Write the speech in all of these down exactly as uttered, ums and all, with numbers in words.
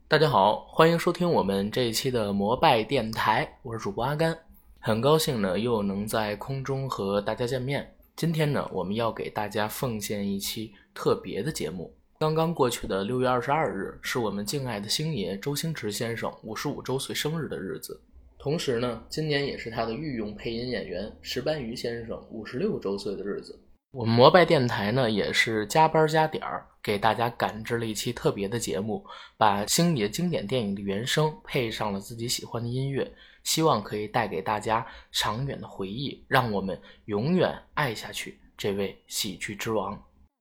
大家好，欢迎收听我们这一期的摩拜电台，我是主播阿甘，很高兴呢又能在空中和大家见面。今天呢，我们要给大家奉献一期特别的节目。刚刚过去的六月二十二日是我们敬爱的星爷周星驰先生五十五周岁生日的日子，同时呢，今年也是他的御用配音演员石斑鱼先生五十六周岁的日子。我们摩拜电台呢也是加班加点儿，给大家赶制了一期特别的节目，把星爷经典电影的原声配上了自己喜欢的音乐，希望可以带给大家长远的回忆，让我们永远爱下去这位喜剧之王。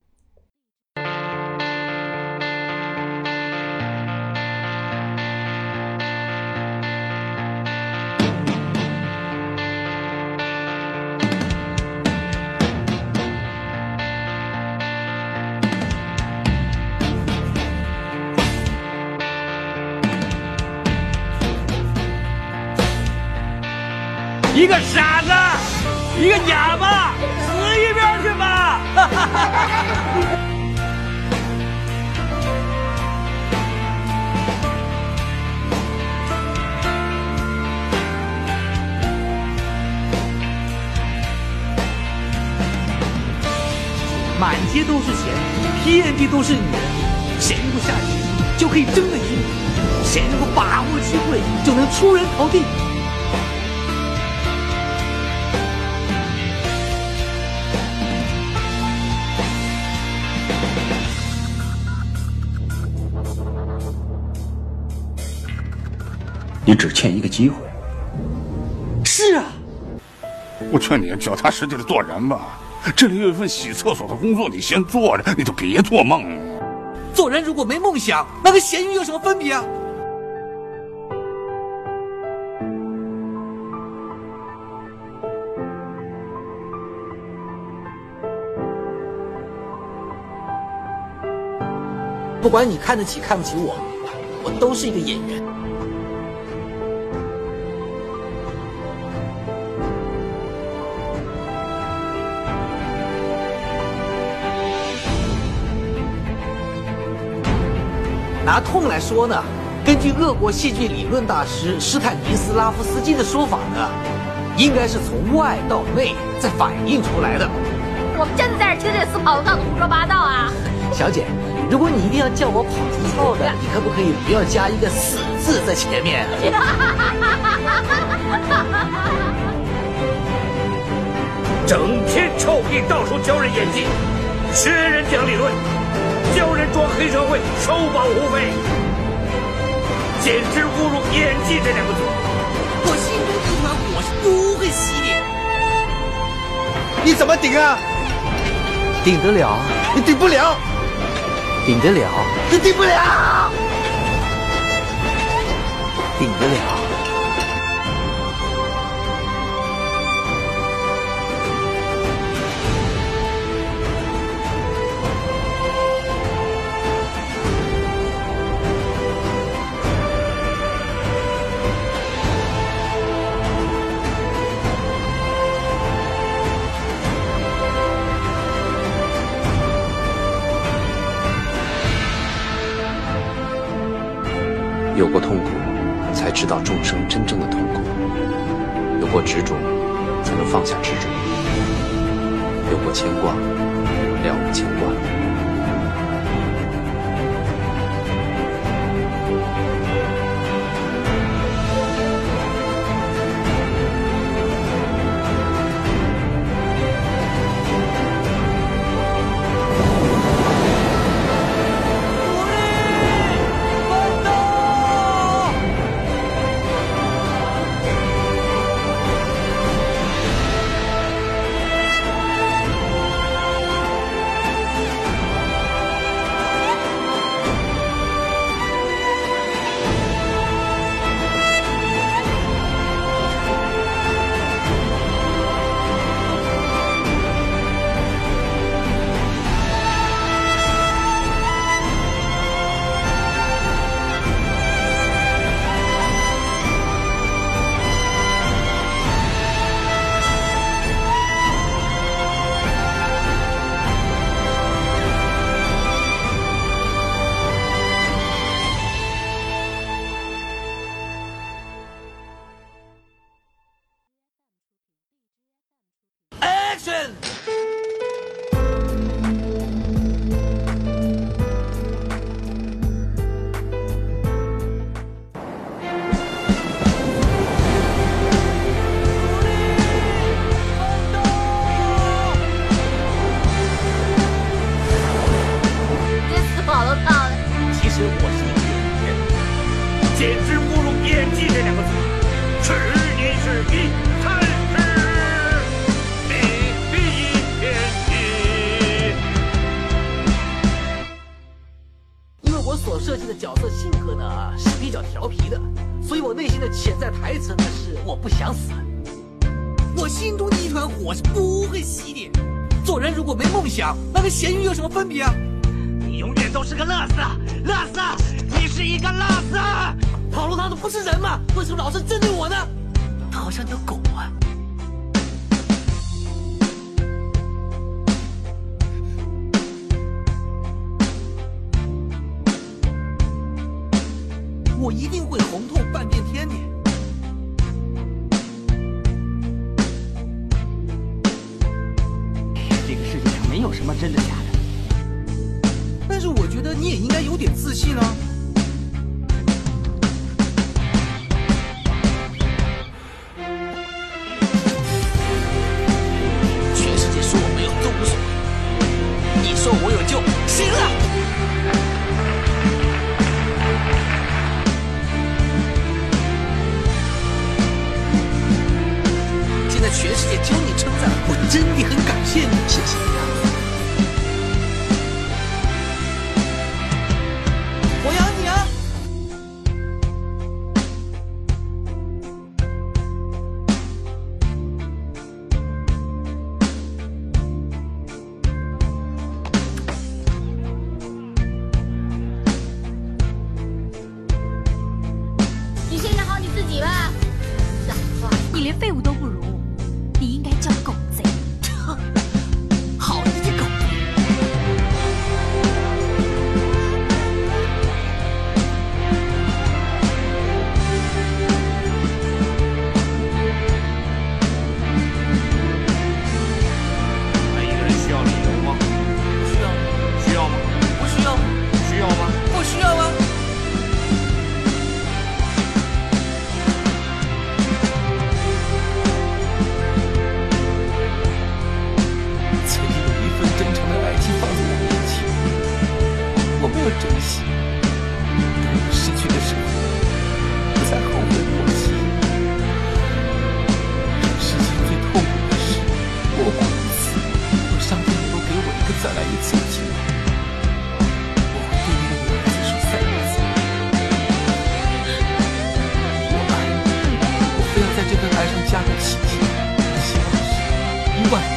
一个傻子，一个哑巴，死一边去吧！满街都是钱，遍地都是女人，谁能够下决心就可以争得赢，谁能够把握机会就能出人头地。 你只欠一个机会。 是啊， 我劝你脚踏实地的做人吧。这里有一份洗厕所的工作，你先做着，你就别做梦。 做人如果没梦想，那跟咸鱼有什么分别啊？不管你看得起看不起我，我都是一个演员。拿痛来说呢，根据俄国戏剧理论大师斯坦尼斯拉夫斯基的说法呢，应该是从外到内再反映出来的。 我们真的在这听这死跑道的胡说八道啊！ 小姐，如果你一定要叫我跑一套的，你可不可以不要加一个死字在前面？ 整天臭屁到处教人演技，学人讲理论，教人装黑社会，收保护费，简直侮辱演技这两个字。 我心中这团火是不会熄的。你怎么顶啊？顶得了？你顶不了。顶得了？你顶不了。顶得了。 有过痛苦，才知道众生真正的痛苦；有过执着，才能放下执着；有过牵挂，了无牵挂。 简直侮辱演技这两个字。是你是一，看是你第一天地。 因为我所设计的角色性格呢是比较调皮的，所以我内心的潜在台词呢是我不想死。我心中的一团火是不会熄的。做人如果没梦想，那跟咸鱼有什么分别啊？你永远都是个垃圾，垃圾，你是一个垃圾。跑路他的不是人吗？为什么老是针对我呢？他好像条狗啊。我一定会红透半边天的。这个世界上没有什么真的假的，但是我觉得你也应该有点自信啊。全世界说我没有都无所谓，你说我有救，行了。现在全世界只有你称赞我，真的很感谢你，谢谢你啊！我养你啊！ 你先养好你自己吧。傻瓜， 你连废物都不如，你应该叫狗贼。 好你这狗！ 爱一个人需要理由吗？ 需要？ 需要吗？ 不需要？ 需要吗？ 不需要吗？曾经有一份真诚的爱情放在我面前，我没有珍惜，当我失去的时候，我才后悔莫及。世间最痛苦的事，我活一次，若上天能够给我一个再来一次的机会，我会对那个女孩子说三个字：我爱你。我非要在这份爱上加个奇迹，希望是一万。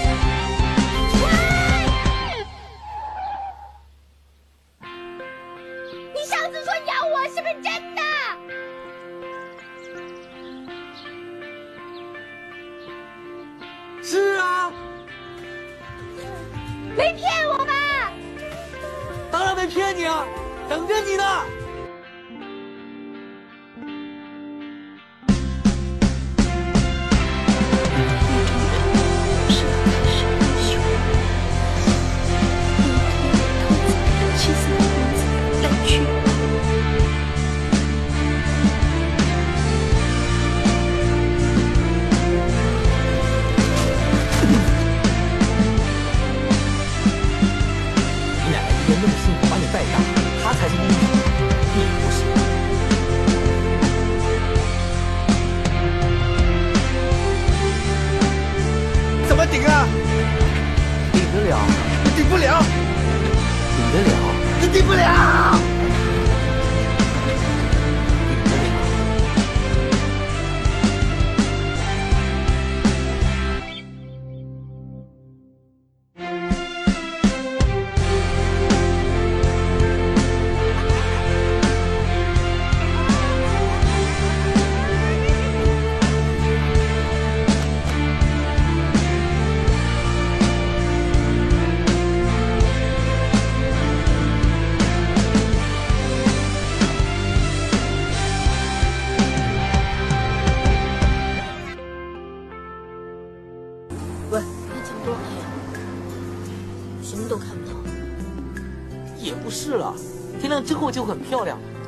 你上次说咬我是不是真的？ 是啊， 没骗我吧？ 当然没骗你啊，等着你呢。 气死的名字来去。 你奶奶一个那么辛苦把你带大，她才是英雄，你不是。怎么顶啊？顶得了？你顶不了。顶得了？你顶不了。喂， 还挺多黑啊，什么都看不到。 也不是了，天亮之后就很漂亮。